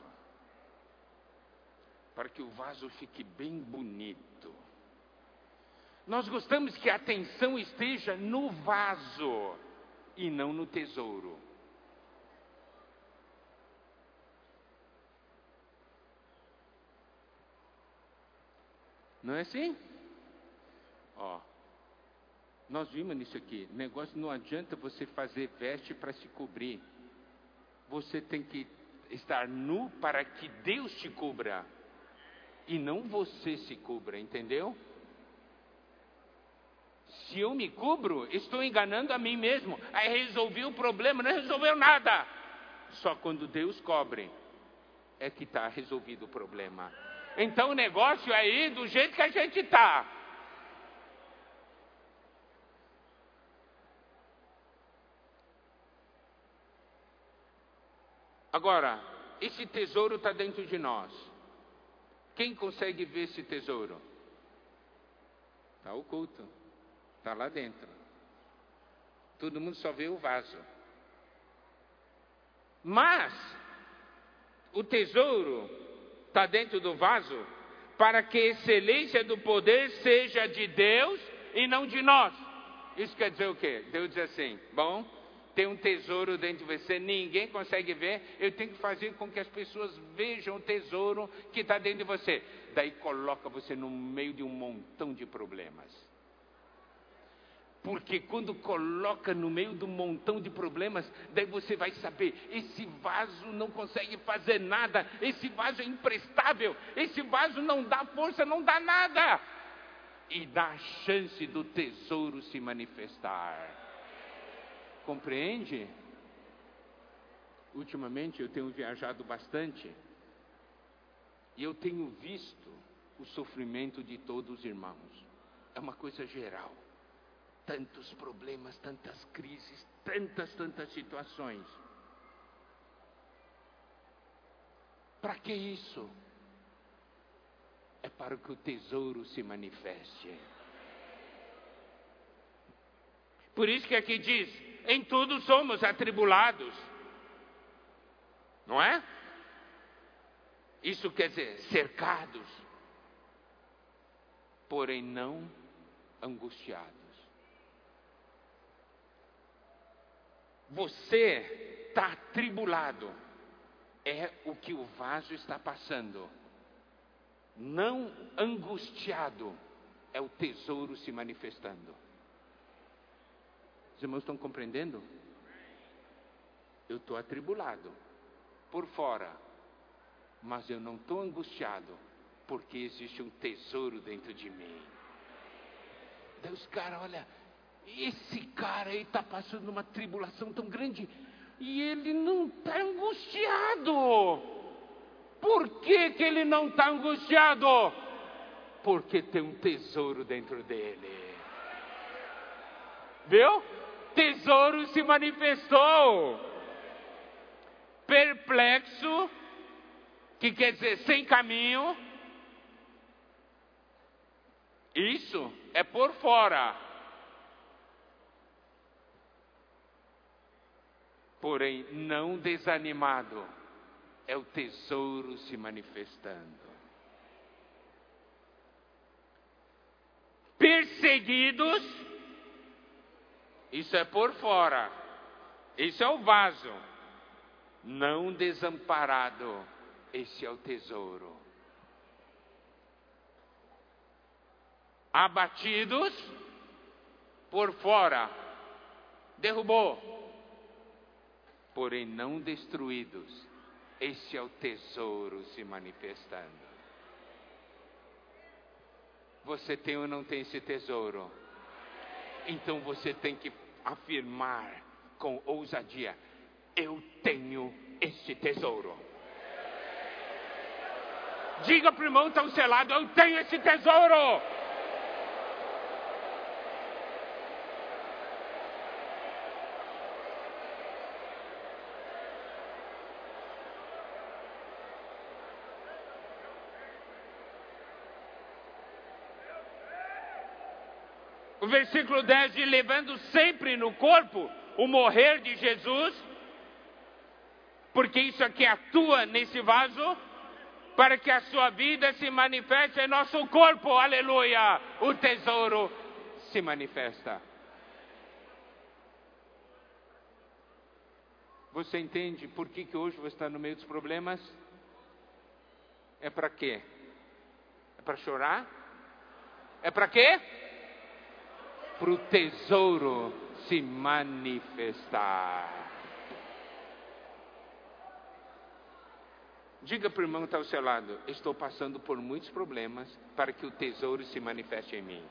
para que o vaso fique bem bonito. Nós gostamos que a atenção esteja no vaso e não no tesouro. Não é assim? Ó, nós vimos nisso aqui. Negócio não adianta você fazer veste para se cobrir. Você tem que estar nu para que Deus te cubra. E não você se cubra, entendeu? Se eu me cubro, estou enganando a mim mesmo. Aí resolvi o problema, não resolveu nada. Só quando Deus cobre é que está resolvido o problema. Então o negócio é ir do jeito que a gente está. Agora, esse tesouro está dentro de nós. Quem consegue ver esse tesouro? Está oculto. Está lá dentro. Todo mundo só vê o vaso. Mas, o tesouro está dentro do vaso para que a excelência do poder seja de Deus e não de nós. Isso quer dizer o quê? Deus diz assim, bom, tem um tesouro dentro de você, ninguém consegue ver, eu tenho que fazer com que as pessoas vejam o tesouro que está dentro de você. Daí coloca você no meio de um montão de problemas. Porque quando coloca no meio de um montão de problemas, daí você vai saber, esse vaso não consegue fazer nada, esse vaso é imprestável, esse vaso não dá força, não dá nada. E dá a chance do tesouro se manifestar. Compreende? Ultimamente eu tenho viajado bastante e eu tenho visto o sofrimento de todos os irmãos. É uma coisa geral. Tantos problemas, tantas crises, tantas situações. Para que isso? É para que o tesouro se manifeste. Por isso que aqui diz, em tudo somos atribulados. Não é? Isso quer dizer, cercados, porém não angustiados. Você está atribulado, é o que o vaso está passando. Não angustiado, é o tesouro se manifestando. Os irmãos estão compreendendo? Eu estou atribulado por fora, mas eu não estou angustiado, porque existe um tesouro dentro de mim. Deus, cara, olha, esse cara aí está passando uma tribulação tão grande e ele não está angustiado. Por que ele não está angustiado? Porque tem um tesouro dentro dele. Viu? Tesouro se manifestou. Perplexo, que quer dizer sem caminho. Isso é por fora. Porém, não desanimado, é o tesouro se manifestando. Perseguidos, isso é por fora, isso é o vaso. Não desamparado, esse é o tesouro. Abatidos, por fora, derrubou. Porém não destruídos, esse é o tesouro se manifestando. Você tem ou não tem esse tesouro? Então você tem que afirmar com ousadia, eu tenho esse tesouro. Diga para o irmão tão selado, eu tenho esse tesouro. O versículo 10 diz, levando sempre no corpo o morrer de Jesus, porque isso aqui atua nesse vaso, para que a sua vida se manifeste em nosso corpo, aleluia, o tesouro se manifesta. Você entende por que hoje você está no meio dos problemas? É para quê? É para chorar? É para quê? Para o tesouro se manifestar. Diga para o irmão que está ao seu lado: estou passando por muitos problemas para que o tesouro se manifeste em mim.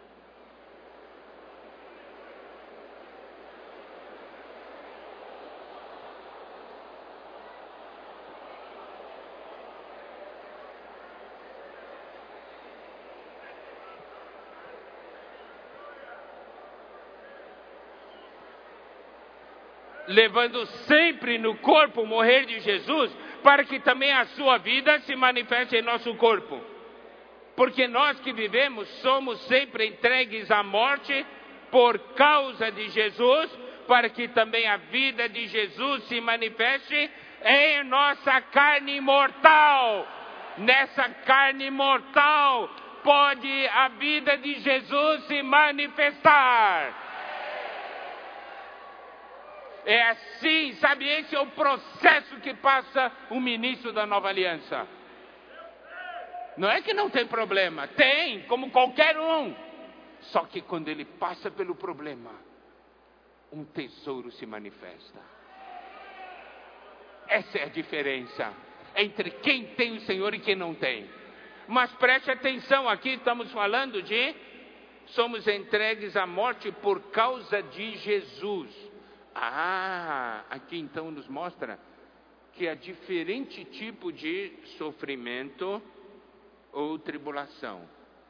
Levando sempre no corpo o morrer de Jesus, para que também a sua vida se manifeste em nosso corpo. Porque nós que vivemos somos sempre entregues à morte por causa de Jesus, para que também a vida de Jesus se manifeste em nossa carne mortal. Nessa carne mortal pode a vida de Jesus se manifestar. É assim, sabe, esse é o processo que passa o ministro da Nova Aliança. Não é que não tem problema, tem, como qualquer um. Só que quando ele passa pelo problema, um tesouro se manifesta. Essa é a diferença entre quem tem o Senhor e quem não tem. Mas preste atenção, aqui estamos falando de somos entregues à morte por causa de Jesus. Aqui então nos mostra que há diferente tipo de sofrimento ou tribulação.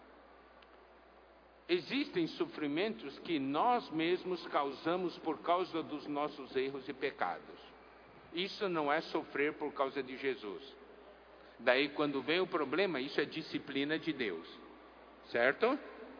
Existem sofrimentos que nós mesmos causamos por causa dos nossos erros e pecados. Isso não é sofrer por causa de Jesus. Daí quando vem o problema, isso é disciplina de Deus. Certo?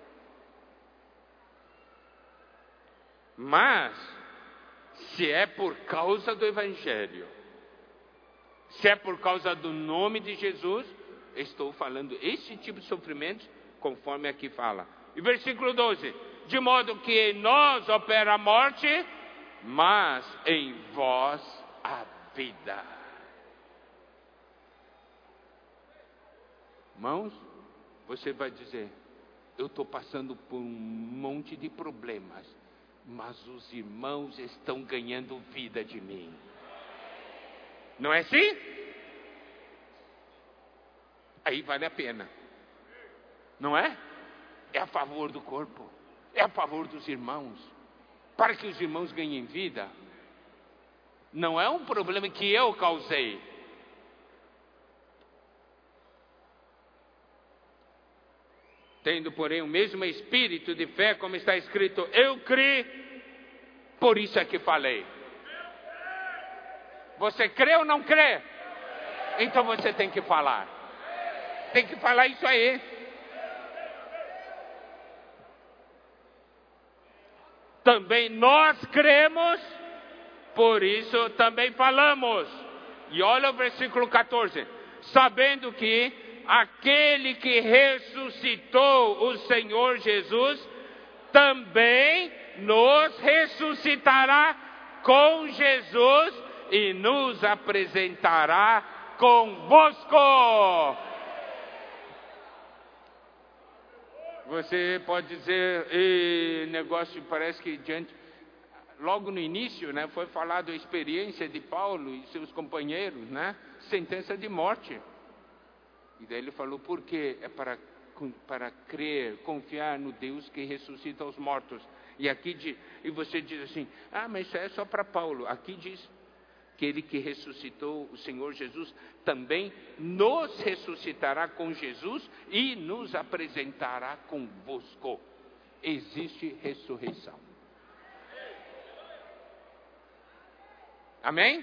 Mas se é por causa do Evangelho, se é por causa do nome de Jesus, estou falando esse tipo de sofrimento, conforme aqui fala. E versículo 12: de modo que em nós opera a morte, mas em vós a vida. Irmãos, você vai dizer: eu estou passando por um monte de problemas, mas os irmãos estão ganhando vida de mim. Não é assim? Aí vale a pena. Não é? É a favor do corpo. É a favor dos irmãos. Para que os irmãos ganhem vida. Não é um problema que eu causei. Tendo, porém, o mesmo espírito de fé, como está escrito: eu criei, por isso é que falei. Você crê ou não crê? Então você tem que falar. Tem que falar isso aí. Também nós cremos, por isso também falamos. E olha o versículo 14: sabendo que aquele que ressuscitou o Senhor Jesus, também nos ressuscitará com Jesus e nos apresentará convosco. Você pode dizer, negócio parece que logo no início, né, foi falado a experiência de Paulo e seus companheiros, né, sentença de morte. E daí ele falou: por quê? É para crer, confiar no Deus que ressuscita os mortos. E aqui e você diz assim: mas isso é só para Paulo. Aqui diz que ele que ressuscitou o Senhor Jesus também nos ressuscitará com Jesus e nos apresentará convosco. Existe ressurreição. Amém?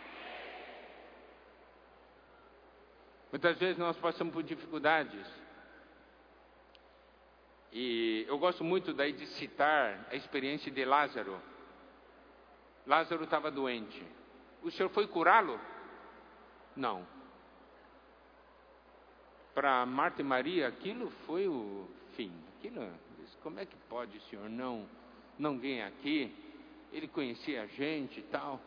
Muitas vezes nós passamos por dificuldades. E eu gosto muito daí de citar a experiência de Lázaro. Lázaro estava doente. O Senhor foi curá-lo? Não. Para Marta e Maria, aquilo foi o fim. Como é que pode o Senhor não vir aqui? Ele conhecia a gente e tal.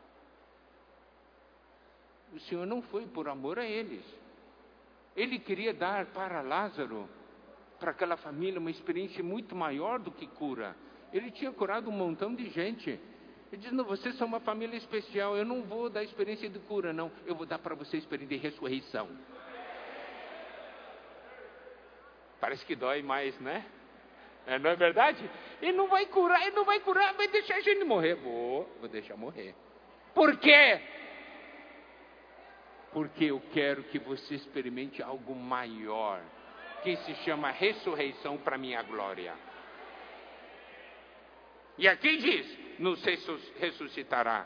O Senhor não foi por amor a eles. Ele queria dar para Lázaro para aquela família uma experiência muito maior do que cura. Ele tinha curado um montão de gente. Ele diz, não, vocês são uma família especial, eu não vou dar experiência de cura, não. Eu vou dar para vocês experiência de ressurreição. Parece que dói mais, né? Não é verdade? Ele não vai curar, vai deixar a gente morrer. Vou deixar morrer. Por quê? Porque eu quero que você experimente algo maior, que se chama ressurreição para minha glória. E aqui diz, nos ressuscitará.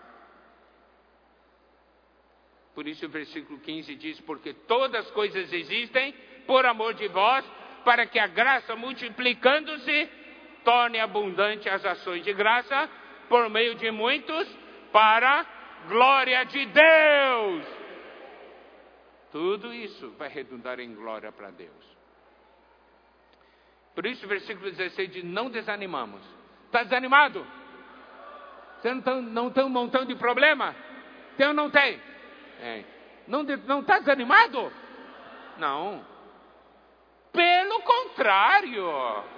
Por isso o versículo 15 diz, porque todas as coisas existem por amor de vós, para que a graça multiplicando-se, torne abundante as ações de graça, por meio de muitos, para a glória de Deus. Tudo isso vai redundar em glória para Deus. Por isso o versículo 16 diz, não desanimamos. Está desanimado? Você não tem um montão de problema? Tem ou não tem? Não está desanimado? Não. Pelo contrário.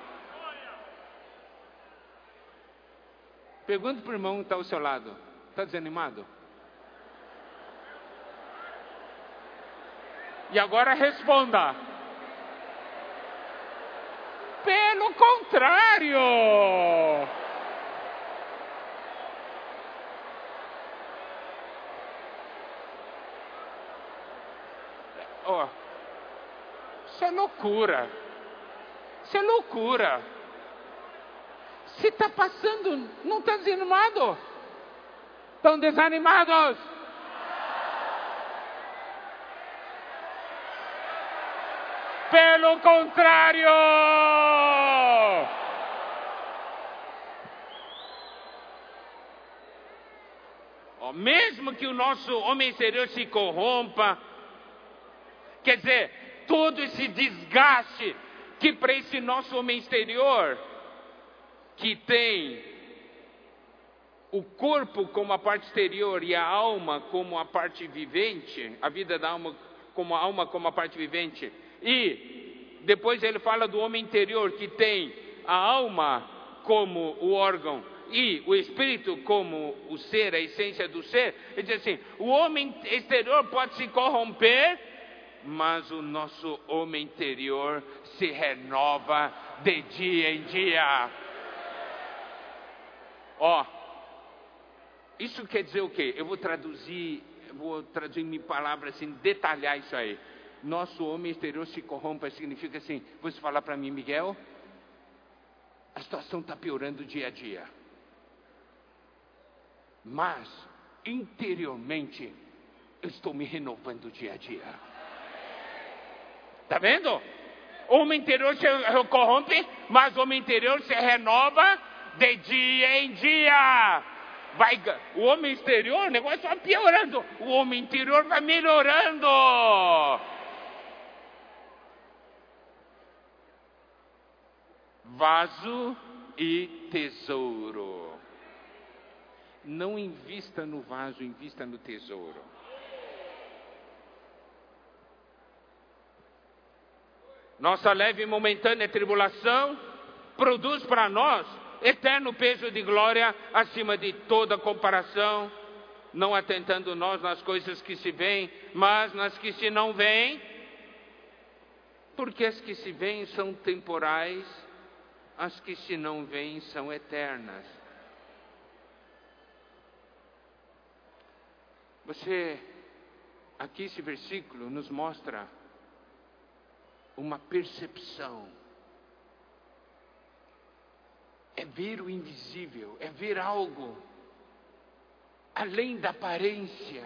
Pergunta para o irmão que está ao seu lado. Está desanimado? E agora responda. Pelo contrário. Isso é loucura. Isso é loucura. Se está passando, não está desanimado? Estão desanimados? Pelo contrário. Mesmo que o nosso homem exterior se corrompa, quer dizer, todo esse desgaste que para esse nosso homem exterior, que tem o corpo como a parte exterior e a alma como a parte vivente, a vida da alma como a alma como a parte vivente, e depois ele fala do homem interior que tem a alma como o órgão e o espírito como o ser, a essência do ser. Ele diz assim, o homem exterior pode se corromper, mas o nosso homem interior se renova de dia em dia. Isso quer dizer o quê? Eu vou traduzir em palavras assim, detalhar isso aí. Nosso homem exterior se corrompe, significa assim, você falar para mim, Miguel, a situação está piorando dia a dia. Mas, interiormente, eu estou me renovando dia a dia. Está vendo? O homem interior se corrompe, mas o homem interior se renova de dia em dia. O homem exterior, o negócio vai piorando. O homem interior vai melhorando. Vaso e tesouro. Não invista no vaso, invista no tesouro. Nossa leve e momentânea tribulação produz para nós eterno peso de glória acima de toda comparação, não atentando nós nas coisas que se veem, mas nas que se não veem, porque as que se veem são temporais, as que se não veem são eternas. Aqui esse versículo nos mostra uma percepção. É ver o invisível, é ver algo além da aparência.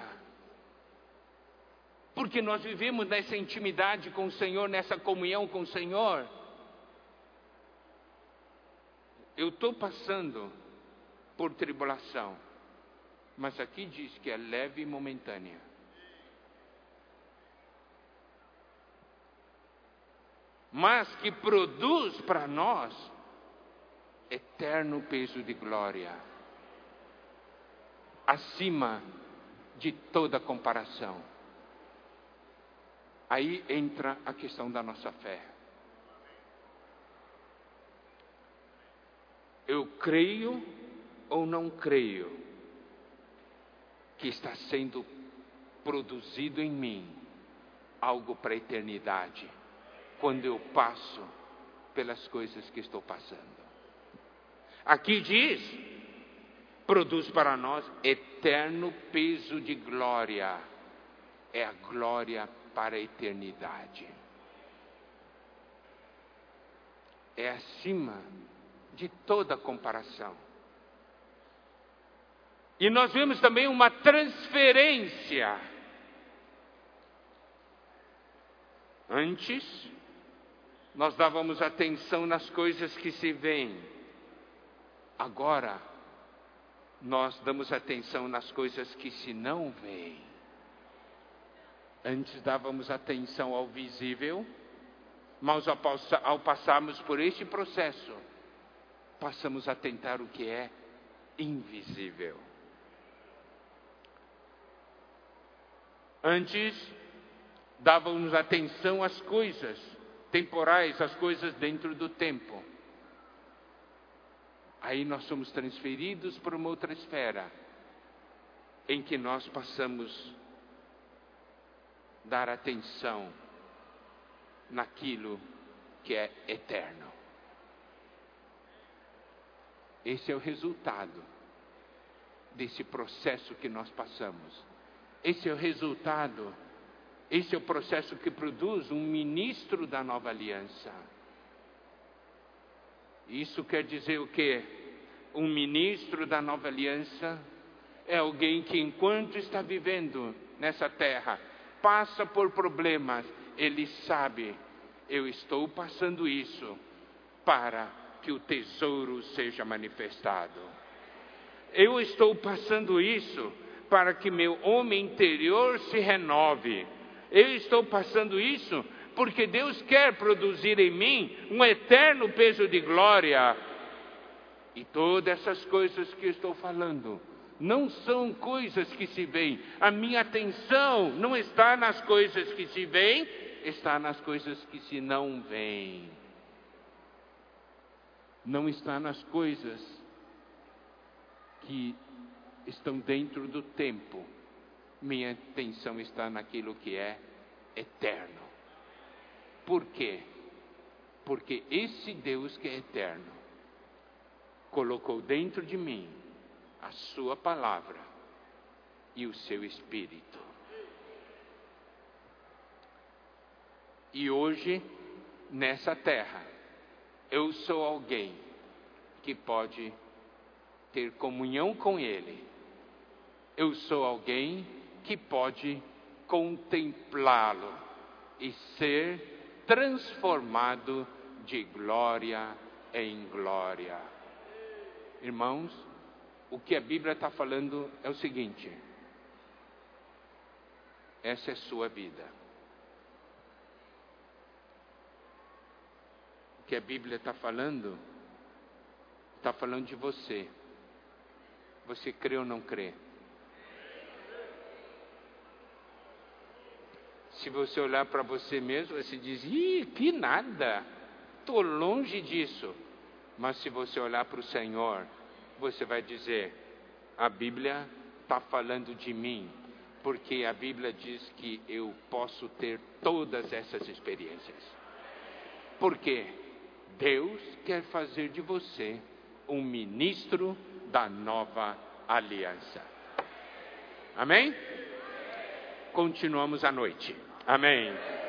Porque nós vivemos nessa intimidade com o Senhor, nessa comunhão com o Senhor. Eu estou passando por tribulação, mas aqui diz que é leve e momentânea. Mas que produz para nós eterno peso de glória, acima de toda comparação. Aí entra a questão da nossa fé. eu creio ou não creio que está sendo produzido em mim algo para a eternidade, quando eu passo pelas coisas que estou passando. Aqui diz, produz para nós eterno peso de glória. É a glória para a eternidade. É acima de toda comparação. E nós vemos também uma transferência. Antes, nós dávamos atenção nas coisas que se veem. Agora, nós damos atenção nas coisas que se não veem. Antes dávamos atenção ao visível, mas ao passarmos por este processo, passamos a tentar o que é invisível. Antes, dávamos atenção às coisas temporais, às coisas dentro do tempo. Aí nós somos transferidos para uma outra esfera, em que nós passamos a dar atenção naquilo que é eterno. Esse é o resultado desse processo que nós passamos. Esse é o resultado, esse é o processo que produz um ministro da nova aliança. Isso quer dizer o quê? Um ministro da nova aliança é alguém que, enquanto está vivendo nessa terra, passa por problemas, ele sabe, eu estou passando isso para que o tesouro seja manifestado. Eu estou passando isso para que meu homem interior se renove. Eu estou passando isso porque Deus quer produzir em mim um eterno peso de glória. E todas essas coisas que eu estou falando não são coisas que se veem. A minha atenção não está nas coisas que se veem, está nas coisas que se não veem. Não está nas coisas que estão dentro do tempo. Minha atenção está naquilo que é eterno. Por quê? Porque esse Deus que é eterno colocou dentro de mim a sua palavra e o seu Espírito. E hoje, nessa terra, eu sou alguém que pode ter comunhão com Ele. Eu sou alguém que pode contemplá-lo e ser transformado de glória em glória. Irmãos, o que a Bíblia está falando é o seguinte: essa é a sua vida. O que a Bíblia está falando de você. Você crê ou não crê? Se você olhar para você mesmo, você diz, que nada, estou longe disso. Mas se você olhar para o Senhor, você vai dizer, a Bíblia está falando de mim, porque a Bíblia diz que eu posso ter todas essas experiências. Porque Deus quer fazer de você um ministro da nova aliança. Amém? Continuamos à noite. Amém.